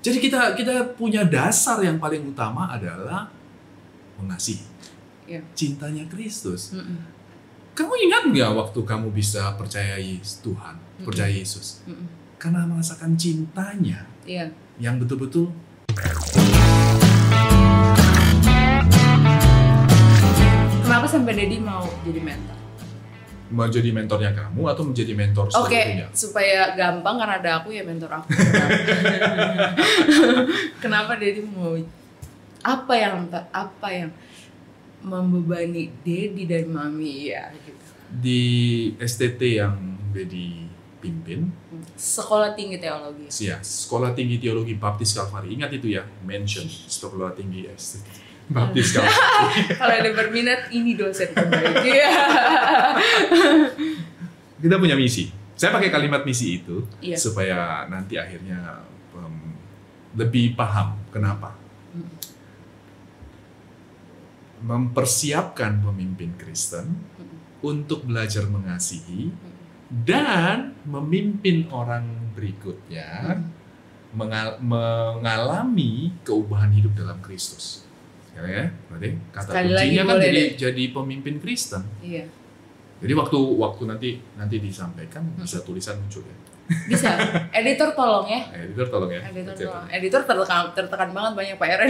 Jadi kita punya dasar yang paling utama adalah mengasihi. Iya. Cintanya Kristus. Kamu ingat nggak waktu kamu bisa percayai Tuhan, percaya Yesus? Karena merasakan cintanya Iya. yang betul-betul. Kenapa sampai Daddy mau jadi mentor? Mau jadi mentornya kamu atau menjadi mentor seluruhnya? Supaya gampang karena ada aku ya mentor aku. Kenapa Daddy mau? Apa yang membebani Daddy dan Mami ya gitu. Di STT yang Daddy pimpin, Sekolah Tinggi Teologi. ya, Sekolah Tinggi Teologi Baptis Kalvari. Ingat itu ya, mention Sekolah Tinggi STT Baptis Kalvari. Kalau ada berminat, ini dosen terbaik. Kita punya misi. Saya pakai kalimat misi itu supaya nanti akhirnya lebih paham kenapa. Mempersiapkan pemimpin Kristen untuk belajar mengasihi dan memimpin orang berikutnya mengalami keubahan hidup dalam Kristus. Ya, berarti kata kuncinya kan jadi pemimpin Kristen. Iya. Jadi waktu nanti disampaikan bisa tulisan muncul ya. Bisa. Editor tolong ya. Editor tolong ya. Editor tertekan banget banyak PR.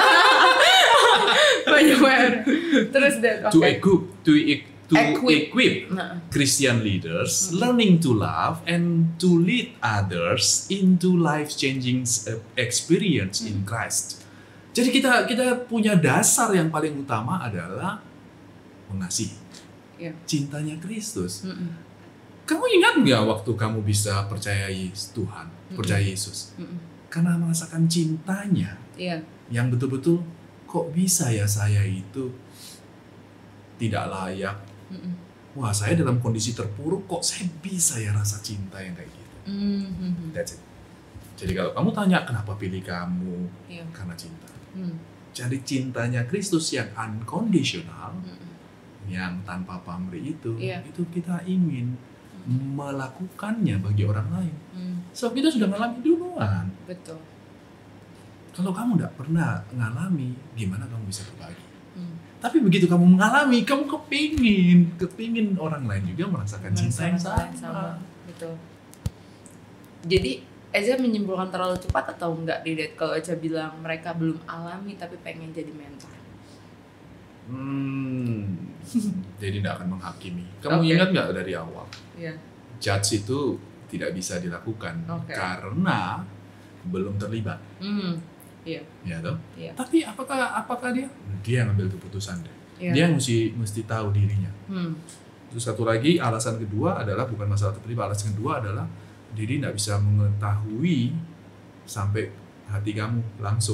Banyak PR. Terus deh. To equip Christian leaders learning to love and to lead others into life-changing experience in Christ. Jadi kita punya dasar yang paling utama adalah mengasihi. Cintanya Kristus. Kamu ingat nggak waktu kamu bisa percayai Tuhan, percaya Yesus? Karena merasakan cintanya yang betul-betul, kok bisa ya saya itu tidak layak. Wah, saya dalam kondisi terpuruk, kok saya bisa ya rasa cinta yang kayak gitu. That's it. Jadi kalau kamu tanya kenapa pilih kamu, karena cinta. Jadi cintanya Kristus yang unconditional, yang tanpa pamrih itu kita ingin melakukannya bagi orang lain. Sebab kita sudah mengalami duluan. Betul. Kalau kamu tidak pernah mengalami, gimana kamu bisa berbagi? Tapi begitu kamu mengalami, kamu kepingin orang lain juga merasakan cinta yang sama. Betul. Jadi Eza menyimpulkan terlalu cepat atau enggak Didet kalau Eza bilang mereka belum alami tapi pengen jadi mentor? Jadi tidak akan menghakimi. Kamu ingat nggak dari awal? Judge itu tidak bisa dilakukan karena belum terlibat. Ya toh? Tapi apakah dia yang ambil keputusan deh. Dia mesti tahu dirinya. Terus satu lagi, alasan kedua adalah bukan masalah terlibat. Alasan kedua adalah diri tidak bisa mengetahui sampai hati kamu langsung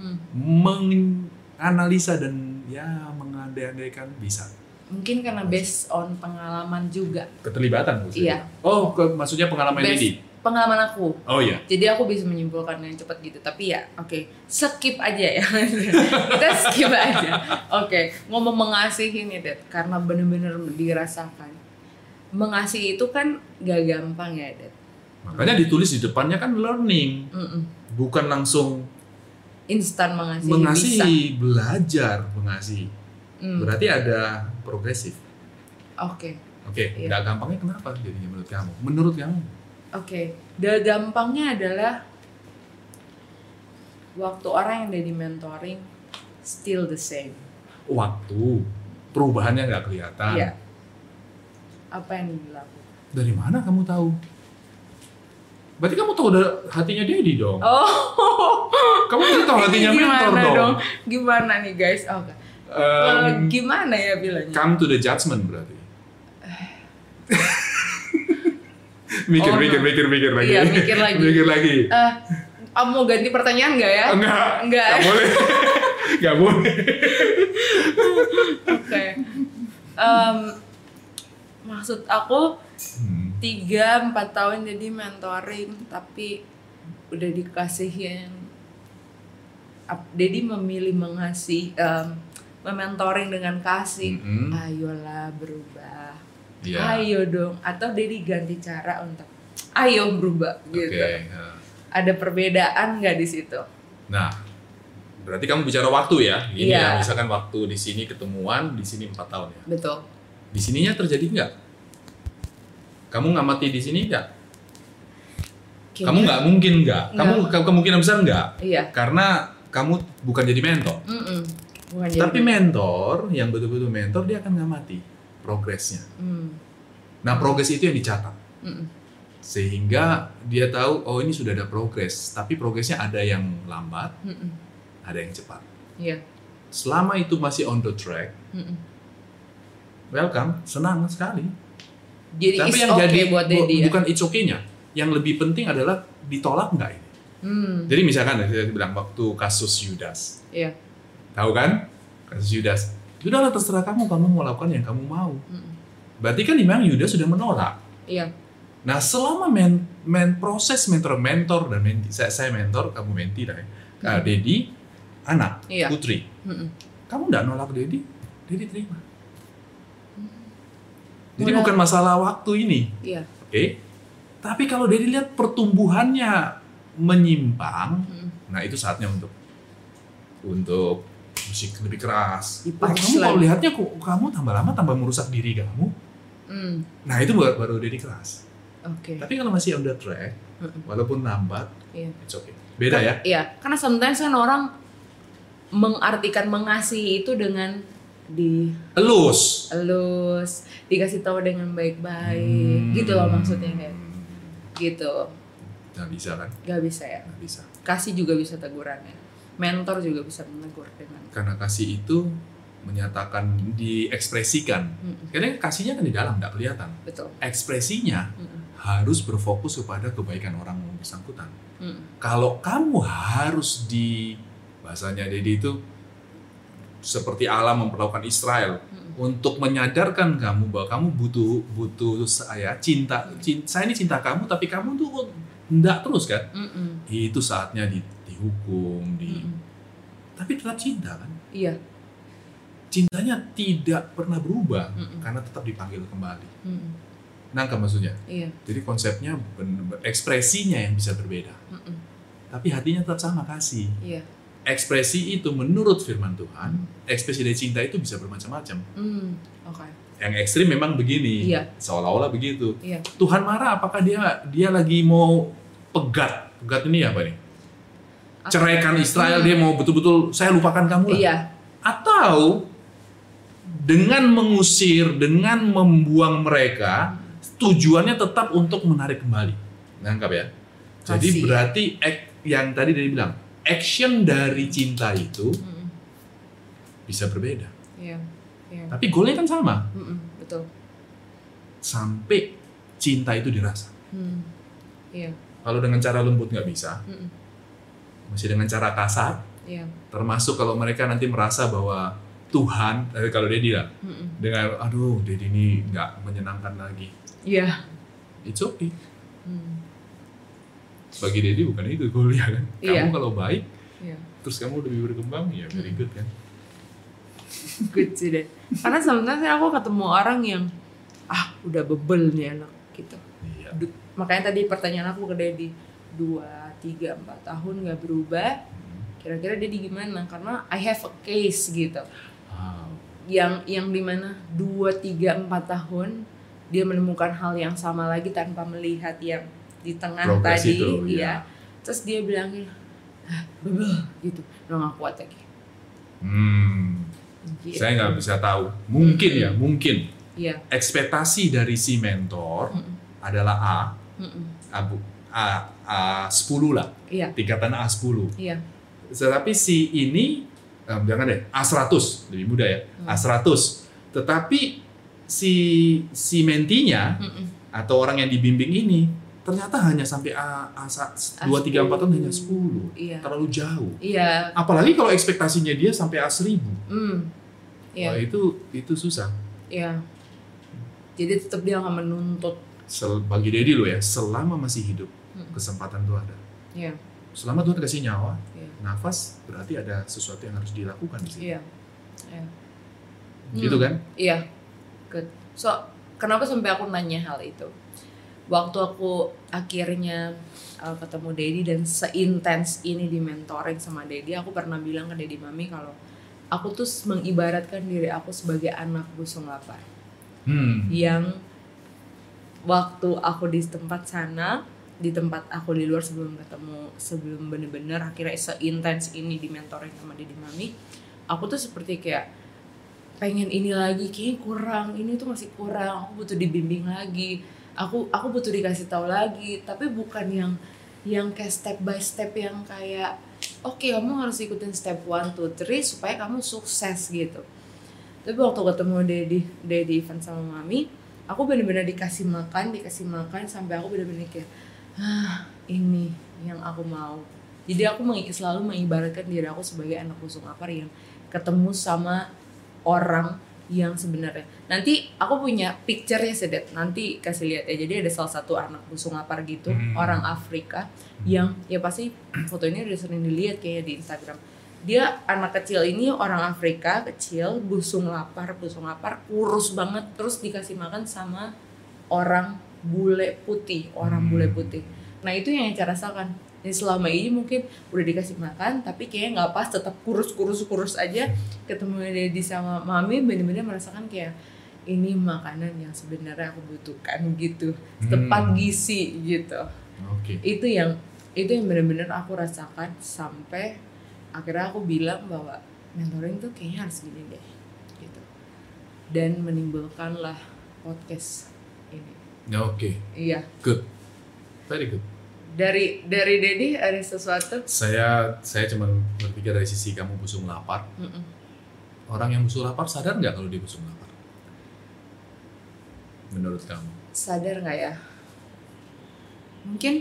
menganalisa dan mengandai-andaikan bisa. Mungkin karena based on pengalaman juga. Keterlibatan maksudnya? Iya. Oh, maksudnya pengalaman ini? Pengalaman aku. Oh iya. Jadi aku bisa menyimpulkan yang cepat gitu. Tapi ya, skip aja ya. Kita skip aja. Ngomong mengasihi nih, Det. Karena benar-benar dirasakan. Mengasihi itu kan gak gampang ya, Det. Makanya ditulis di depannya kan learning. Bukan langsung instan mengasihi. Mengasihi, belajar mengasihi. Berarti ada progresif. Gak gampangnya kenapa jadinya menurut kamu? Menurut kamu? Gak gampangnya adalah waktu orang yang jadi mentoring still the same. Waktu perubahannya nggak kelihatan. Iya. Apa yang dilakukan? Dari mana kamu tahu? Berarti kamu tahu hatinya Daddy dong. Kamu bisa tahu hatinya mentor dong. Gimana nih guys? Gimana ya bilangnya? Come to the judgment berarti. Mikir lagi. Iya, mikir lagi. Mau ganti pertanyaan nggak ya? Enggak. Nggak boleh. Maksud aku 3-4 tahun jadi mentoring, tapi udah dikasihin. Daddy memilih mementoring dengan kasih. Ayolah berubah. Ayo dong. Atau Daddy ganti cara untuk ayo berubah gitu. Ada perbedaan nggak di situ? Nah, berarti kamu bicara waktu ya? Ini Iya. ya, misalkan waktu di sini ketemuan, di sini 4 tahun ya. Betul. Di sininya terjadi nggak? Kamu ngamati di sini nggak? Kamu nggak mungkin nggak. Kamu kemungkinan besar nggak. Iya. Karena kamu bukan jadi mentor. Bukan Tapi mentor, yang betul-betul mentor, dia akan ngamati progresnya. Nah, progres itu yang dicatat. Sehingga dia tahu, oh ini sudah ada progres. Tapi progresnya ada yang lambat, ada yang cepat. Iya. Selama itu masih on the track, welcome, senang sekali. Jadi Tapi it's yang okay jadi buat Daddy ya? bukan it's okay-nya. Yang lebih penting adalah ditolak nggak ini. Jadi misalkan saya bilang waktu kasus Yudas. Iya. Tahu kan? Kasus Yudas. Sudahlah terserah kamu mau lakukan yang kamu mau. Berarti kan memang Yudas sudah menolak. Iya. Nah, selama proses mentor dan menti, saya mentor, kamu menti lah ya. Dedi, anak, Iya. putri. Kamu nggak nolak Dedi terima. Jadi bukan masalah waktu ini. Iya. Oke? Tapi kalau Dedi lihat pertumbuhannya menyimpang, nah itu saatnya untuk musik lebih keras. Kamu kalau lihatnya kok kamu tambah lama tambah merusak diri kamu. Nah itu baru Dedi keras. Oke. Tapi kalau masih on the track, walaupun lambat, it's okay. Beda ya? Iya, karena sometimes kan orang mengartikan mengasihi itu dengan elus, dikasih tahu dengan baik-baik, gitu loh maksudnya kan. Gitu. Nggak bisa kan? Nggak bisa ya? Nggak bisa. Kasih juga bisa tegurannya. Mentor juga bisa menegur dengan. Karena kasih itu menyatakan, diekspresikan. Karena kasihnya kan di dalam, nggak kelihatan. Betul. Ekspresinya harus berfokus kepada kebaikan orang yang bersangkutan. Kalau kamu harus bahasanya Dedi itu seperti Allah memperlakukan Israel untuk menyadarkan kamu bahwa kamu butuh saya cinta saya ini cinta kamu, tapi kamu tuh enggak terus kan? Itu saatnya dihukum, tapi tetap cinta kan? Iya. Cintanya tidak pernah berubah karena tetap dipanggil kembali. Nangkep maksudnya? Iya. Jadi konsepnya ekspresinya yang bisa berbeda, tapi hatinya tetap sama, kasih. Iya. Ekspresi itu menurut firman Tuhan, ekspresi dari cinta itu bisa bermacam-macam. Okay. Yang ekstrim memang begini, Iya. seolah-olah begitu. Iya. Tuhan marah, apakah dia lagi mau pegat ini apa nih? Ceraikan Israel, dia mau betul-betul saya lupakan kamu lah. Iya. Atau dengan mengusir, dengan membuang mereka, tujuannya tetap untuk menarik kembali. Nangkap ya? Jadi berarti yang tadi dia bilang, action dari cinta itu bisa berbeda. Iya. Tapi goalnya kan sama. Betul. Sampai cinta itu dirasa. Iya. Kalau dengan cara lembut nggak bisa, masih dengan cara kasar. Iya. Termasuk kalau mereka nanti merasa bahwa Tuhan, kalau Dedi lah, dengan aduh Dedi ini nggak menyenangkan lagi. Iya. It's okay. Bagi Dedi bukan itu goalnya kan. Kamu kalau baik, terus kamu lebih berkembang, ya very good kan. Good sih deh. Karena sebenarnya aku ketemu orang yang udah bebel nih anak gitu. Iya. Makanya tadi pertanyaan aku ke Dedi, 2, 3, 4 tahun nggak berubah. Kira-kira Dedi gimana? Karena I have a case gitu. Yang dimana 2, 3, 4 tahun dia menemukan hal yang sama lagi tanpa melihat yang di tengah progress tadi, itu, ya. Terus dia bilangin, bebel gitu, udah nggak kuat lagi. Gitu. Saya nggak bisa tahu. Mungkin ya, mungkin. Iya. Ekspektasi dari si mentor adalah A10 lah. Iya. Tingkatan A10. Iya. Tetapi si ini, jangan deh, A100, lebih mudah ya, A100. Tetapi si mentinya atau orang yang dibimbing ini ternyata hanya sampai A2, 3, 4 tahun hanya 10. Iya. Terlalu jauh. Iya. Apalagi kalau ekspektasinya dia sampai A1000. Iya. Wah, itu susah. Iya. Jadi tetap dia nggak menuntut. Bagi Dedi lo ya, selama masih hidup, kesempatan itu ada. Iya. Selama Tuhan kasih nyawa, nafas, berarti ada sesuatu yang harus dilakukan di sini. Iya. Iya. Gitu kan? Iya. Good. So, kenapa sampai aku nanya hal itu? waktu aku akhirnya ketemu Daddy dan seintens ini di mentoring sama Daddy, aku pernah bilang ke Daddy Mami kalau aku tuh mengibaratkan diri aku sebagai anak busung lapar. Yang waktu aku di tempat sana, di tempat aku di luar sebelum bener-bener akhirnya seintens ini di mentoring sama Daddy Mami, aku tuh seperti kayak pengen ini lagi, kayaknya kurang, ini tuh masih kurang, aku butuh dibimbing lagi, aku butuh dikasih tahu lagi, tapi bukan yang kayak step by step yang kayak oke, kamu harus ikutin step 1, 2, 3 supaya kamu sukses gitu. Tapi waktu ketemu Daddy Ivan sama Mami, aku benar-benar dikasih makan sampai aku benar-benar kayak ini yang aku mau. Jadi aku selalu mengibaratkan diri aku sebagai anak busung lapar yang ketemu sama orang yang sebenarnya. Nanti aku punya picture-nya Sedet, nanti kasih lihat ya. Jadi ada salah satu anak busung lapar gitu, orang Afrika yang ya pasti foto ini udah sering dilihat kayaknya di Instagram. Dia anak kecil ini orang Afrika kecil, busung lapar, kurus banget, terus dikasih makan sama orang bule putih. Nah itu yang saya rasakan. Jadi selama ini mungkin udah dikasih makan, tapi kayaknya nggak pas, tetap kurus aja. Ketemu Daddy sama Mami, bener-bener merasakan kayak ini makanan yang sebenarnya aku butuhkan gitu, tepat gizi gitu. Itu yang bener-bener aku rasakan sampai akhirnya aku bilang bahwa mentoring tuh kayaknya harus gini deh gitu, dan menimbulkanlah podcast ini. Iya. Good, very good. Dari Daddy ada sesuatu? Saya cuma berpikir dari sisi kamu busung lapar. Orang yang busung lapar sadar nggak kalau dia busung lapar? Menurut kamu? Sadar nggak ya? Mungkin.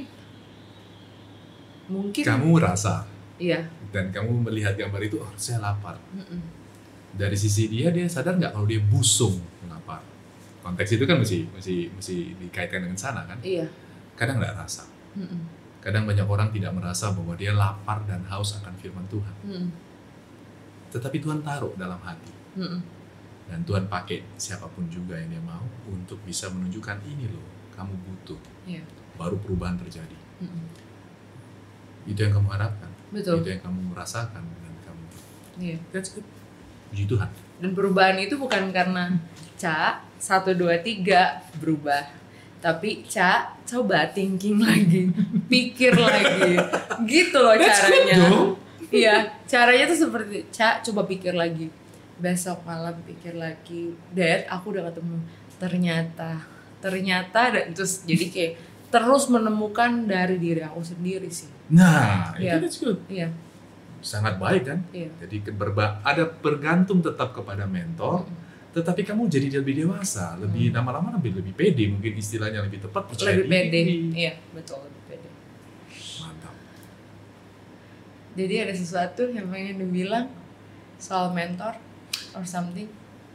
Kamu rasa. Iya. Dan kamu melihat gambar itu, saya lapar. Dari sisi dia sadar nggak kalau dia busung lapar? Konteks itu kan mesti dikaitkan dengan sana kan? Iya. Kadang nggak rasa. Kadang banyak orang tidak merasa bahwa dia lapar dan haus akan firman Tuhan. Tetapi Tuhan taruh dalam hati. Dan Tuhan pakai siapapun juga yang dia mau untuk bisa menunjukkan ini loh, kamu butuh. Baru perubahan terjadi. Itu yang kamu harapkan. Betul. Itu yang kamu merasakan dan kamu. That's good. Puji Tuhan. Dan perubahan itu bukan karena 1, 2, 3 berubah. Tapi coba thinking lagi, pikir lagi, gitu loh caranya. Iya, caranya tuh seperti coba pikir lagi, besok malam pikir lagi, Dad, aku udah ketemu, ternyata dan terus jadi kayak terus menemukan dari diri aku sendiri sih. Nah, itu that's good. Iya. Sangat baik kan? Iya. Jadi ada bergantung tetap kepada mentor. Tetapi kamu jadi lebih dewasa, lebih lama-lama lebih pede, mungkin istilahnya lebih tepat, percaya lebih pede. diri. Iya, betul, lebih pede. Mantap. Jadi ada sesuatu yang pengen dibilang soal mentor or something?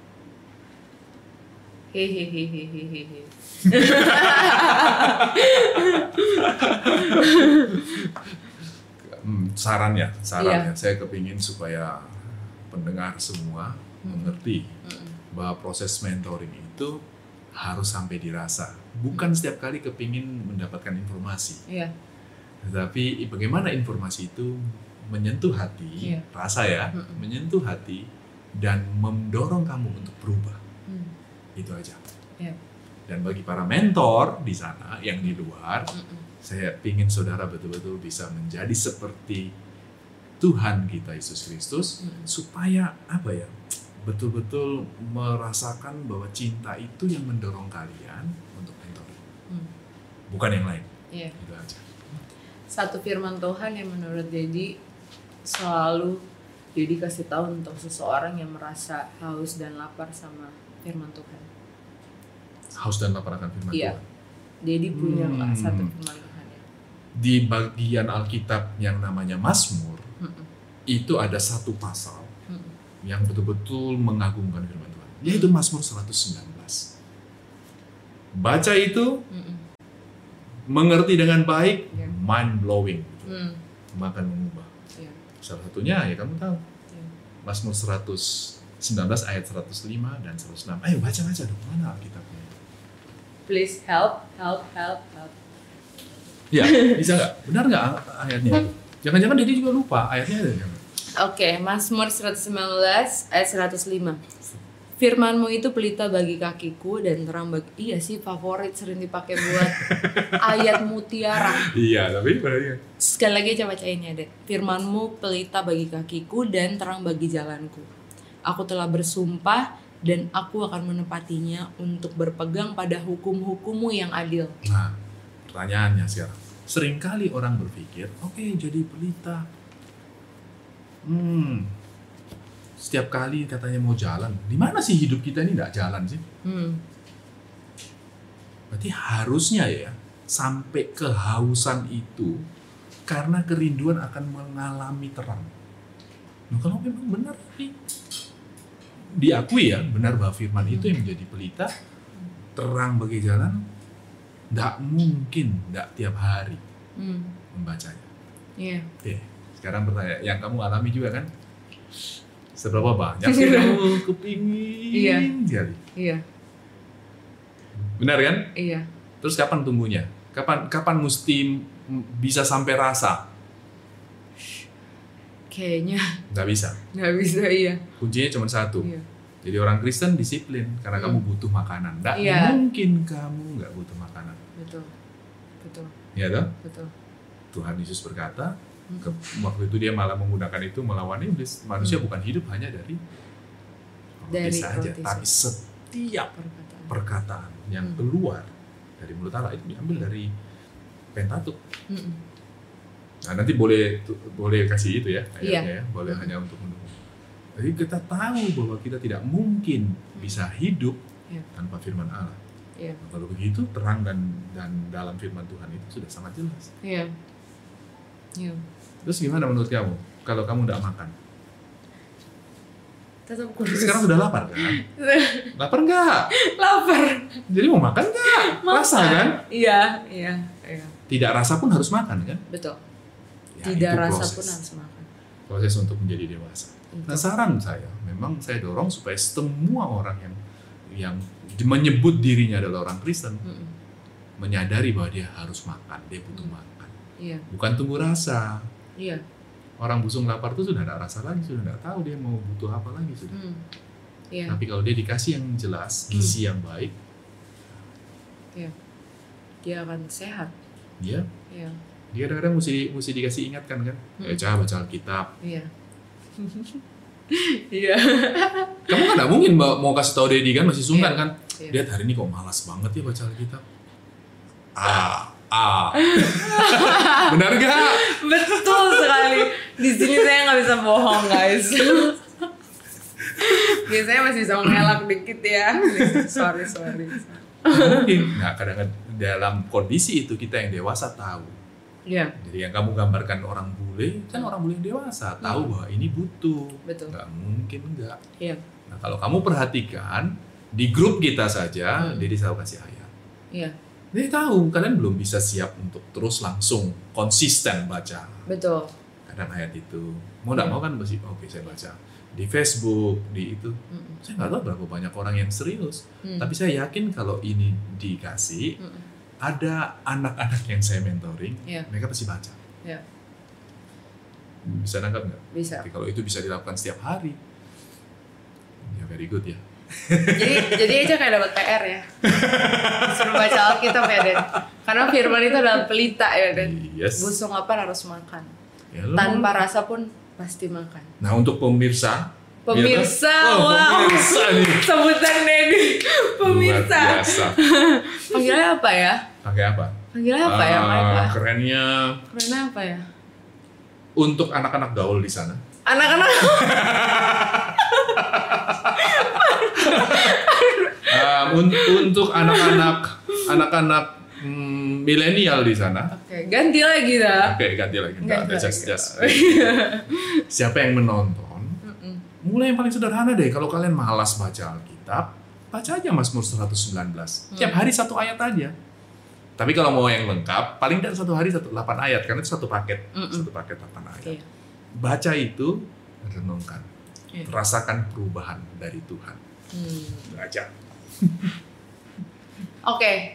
Hehehehehehe. Sarannya, saya kepingin supaya pendengar semua mengerti bahwa proses mentoring itu harus sampai dirasa. Bukan setiap kali kepingin mendapatkan informasi. Tetapi bagaimana informasi itu menyentuh hati, rasa ya, menyentuh hati dan mendorong kamu untuk berubah. Itu aja. Dan bagi para mentor di sana yang di luar, saya ingin saudara betul-betul bisa menjadi seperti Tuhan kita Yesus Kristus, supaya betul-betul merasakan bahwa cinta itu yang mendorong kalian untuk mentoring, bukan yang lain. Itu aja. Satu firman Tuhan yang menurut Daddy selalu Daddy kasih tahu untuk seseorang yang merasa haus dan lapar sama firman Tuhan. Haus dan lapar akan firman Tuhan. Daddy punya satu firman Tuhan ya. Di bagian Alkitab yang namanya Mazmur, itu ada satu pasal yang betul-betul mengagungkan firman Tuhan, yaitu Mazmur 119. Baca itu, mengerti dengan baik, mind blowing, bahkan mengubah. Salah satunya ya kamu tahu, Mazmur 119 ayat 105 dan 106. Ayo baca dong, mana Alkitabnya? Please help. Ya, bisa nggak? Benar nggak ayatnya? Jangan-jangan Dedi juga lupa ayatnya ada. Oke, Mazmur 119 ayat 105. Firman-Mu itu pelita bagi kakiku dan terang bagi... Iya sih, favorit sering dipakai buat ayat mutiara. Iya, tapi berarti Sekali lagi coba bacain ya, Det. Firman-Mu pelita bagi kakiku dan terang bagi jalanku. Aku telah bersumpah dan aku akan menepatinya untuk berpegang pada hukum-hukum-Mu yang adil. Nah, pertanyaannya sekarang. Seringkali orang berpikir, oke, jadi pelita. Setiap kali katanya mau jalan, di mana sih hidup kita ini nggak jalan sih? Berarti harusnya ya sampai kehausan itu karena kerinduan akan mengalami terang. Nah, kalau memang benar nih diakui ya benar bahwa firman itu yang menjadi pelita, terang bagi jalan, nggak mungkin nggak tiap hari membacanya. Iya. Oke, sekarang pertanyaan yang kamu alami juga kan? Seberapa banyak sih kamu kepingin jadi? Iya. Benar kan? Iya. Terus kapan tumbuhnya? Kapan mesti bisa sampai rasa? Kayaknya Nggak bisa. nggak bisa, iya. Kuncinya cuma satu. Iya. Jadi orang Kristen disiplin karena kamu butuh makanan. Nggak mungkin kamu nggak butuh makanan. Betul. Iya toh? Betul. Tuhan Yesus berkata, waktu itu dia malah menggunakan itu melawan iblis. Manusia bukan hidup hanya dari saja, tapi setiap perkataan yang keluar dari mulut Allah itu diambil dari Pentatuk. Nah, nanti boleh kasih itu ya ayatnya ya, boleh hanya untuk menunggu. Jadi kita tahu bahwa kita tidak mungkin bisa hidup tanpa firman Allah. Kalau begitu terang dan dalam firman Tuhan itu sudah sangat jelas. Iya. Terus gimana menurut kamu kalau kamu tidak makan? Tetap kurus. Sekarang sudah lapar kan? Lapar nggak? Lapar. Jadi mau makan nggak? Rasa kan? Iya. Tidak rasa pun harus makan kan? Betul. Ya, Tidak itu rasa proses. pun harus makan. Proses untuk menjadi dewasa. Nah, saran saya, memang saya dorong supaya semua orang yang menyebut dirinya adalah orang Kristen menyadari bahwa dia harus makan, dia butuh makan. Iya. Bukan tunggu rasa. Iya. Orang busung lapar tuh sudah tidak rasa lagi, sudah tidak tahu dia mau butuh apa lagi sudah. Iya. Tapi kalau dia dikasih yang jelas, gizi yang baik, dia akan sehat. dia kadang-kadang mesti dikasih ingatkan kan, baca Alkitab. Iya. Iya. Kamu kan nggak mungkin mau kasih tahu Dedi kan, masih sungkan kan. Iya. Lihat hari ini kok malas banget ya baca Alkitab. Benar gak? Betul sekali. Di sini saya nggak bisa bohong, guys. Biasanya masih bisa mengelak dikit ya. Sorry. Mungkin. Nah, kadang-kadang dalam kondisi itu kita yang dewasa tahu. Iya. Jadi yang kamu gambarkan orang bule, kan orang bule yang dewasa tahu bahwa ini butuh. Betul. Nggak mungkin nggak. Iya. Nah, kalau kamu perhatikan di grup kita saja, Dedi selalu kasih ayat. Iya. Dia tahu kalian belum bisa siap untuk terus langsung konsisten baca. Betul. Kadang ayat itu mau nggak mau kan mesti oke, saya baca di Facebook di itu. Saya nggak tahu berapa banyak orang yang serius, tapi saya yakin kalau ini dikasih ada anak-anak yang saya mentoring, mereka pasti baca. Iya. Bisa nangkap nggak? Bisa. Tapi kalau itu bisa dilakukan setiap hari, ya very good ya. jadi aja kayak dapat PR ya. Suruh baca Alkitab ya, Den. Karena firman itu adalah pelita ya, Den. Yes. Busung lapar harus makan. Ya, Tanpa rasa pun pasti makan. Nah, untuk pemirsa, wow. Pemirsa nih. Sebutan Dedi. Pemirsa. Luar biasa. Panggilnya apa ya? Pakai apa? Panggilnya apa ya mereka? Kerennya apa ya? untuk anak-anak gaul di sana. Anak-anak. Untuk anak-anak milenial di sana. Oke, ganti lagi dah. Oke, ganti lagi. Siapa yang menonton? Mulai yang paling sederhana deh. Kalau kalian malas baca Alkitab, baca aja Mazmur 119. Tiap hari satu ayat aja. Tapi kalau mau yang lengkap, paling tidak satu hari 8 ayat, karena itu satu paket 8 ayat. Okay. Baca itu, renungkan, rasakan perubahan dari Tuhan. Baca. Oke,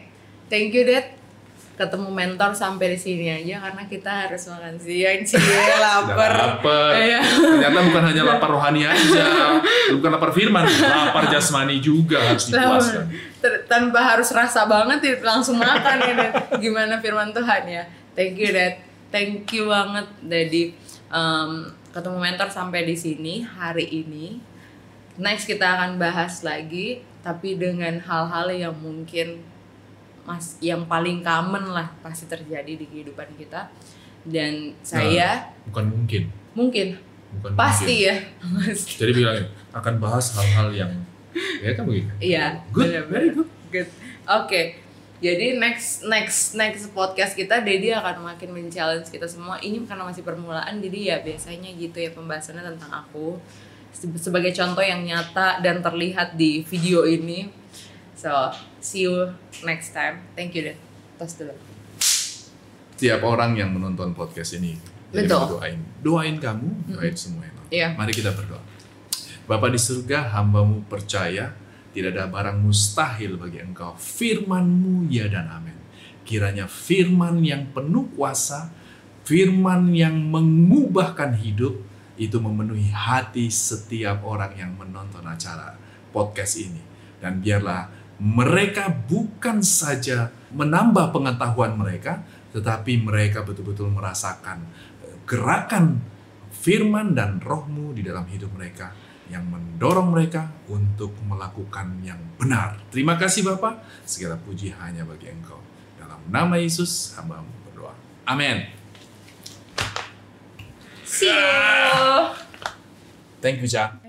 Thank you, Dad. Ketemu mentor sampai di sini aja karena kita harus makan siang, lapar. Iya. Ternyata bukan hanya lapar rohani aja, bukan lapar firman, lapar jasmani juga harus dipuaskan. Tanpa harus rasa banget ya langsung makan ya, Dad. Gimana firman Tuhan ya. Thank you, Dad. Thank you banget, Daddy. Ketemu mentor sampai di sini hari ini. Next kita akan bahas lagi, tapi dengan hal-hal yang mungkin yang paling common lah pasti terjadi di kehidupan kita. Dan saya bukan mungkin pasti ya. Jadi bilangin akan bahas hal-hal yang ya kan begitu. Iya, very good. Oke. Jadi next podcast kita Dedi akan makin men-challenge kita semua. Ini karena masih permulaan, jadi ya biasanya gitu ya pembahasannya tentang aku sebagai contoh yang nyata dan terlihat di video ini. So, see you next time. Thank you, Dad. Tos dulu. Setiap orang yang menonton podcast ini, betul. Doain kamu, doain semua. Yeah. Mari kita berdoa. Bapa di surga, hamba-Mu percaya tidak ada barang mustahil bagi Engkau. Firman-Mu ya dan amin. Kiranya firman yang penuh kuasa, firman yang mengubahkan hidup, itu memenuhi hati setiap orang yang menonton acara podcast ini. Dan biarlah mereka bukan saja menambah pengetahuan mereka, tetapi mereka betul-betul merasakan gerakan firman dan roh-Mu di dalam hidup mereka yang mendorong mereka untuk melakukan yang benar. Terima kasih Bapa, segala puji hanya bagi Engkau. Dalam nama Yesus, hamba-Mu berdoa. Amin. See you. Thank you, Cha.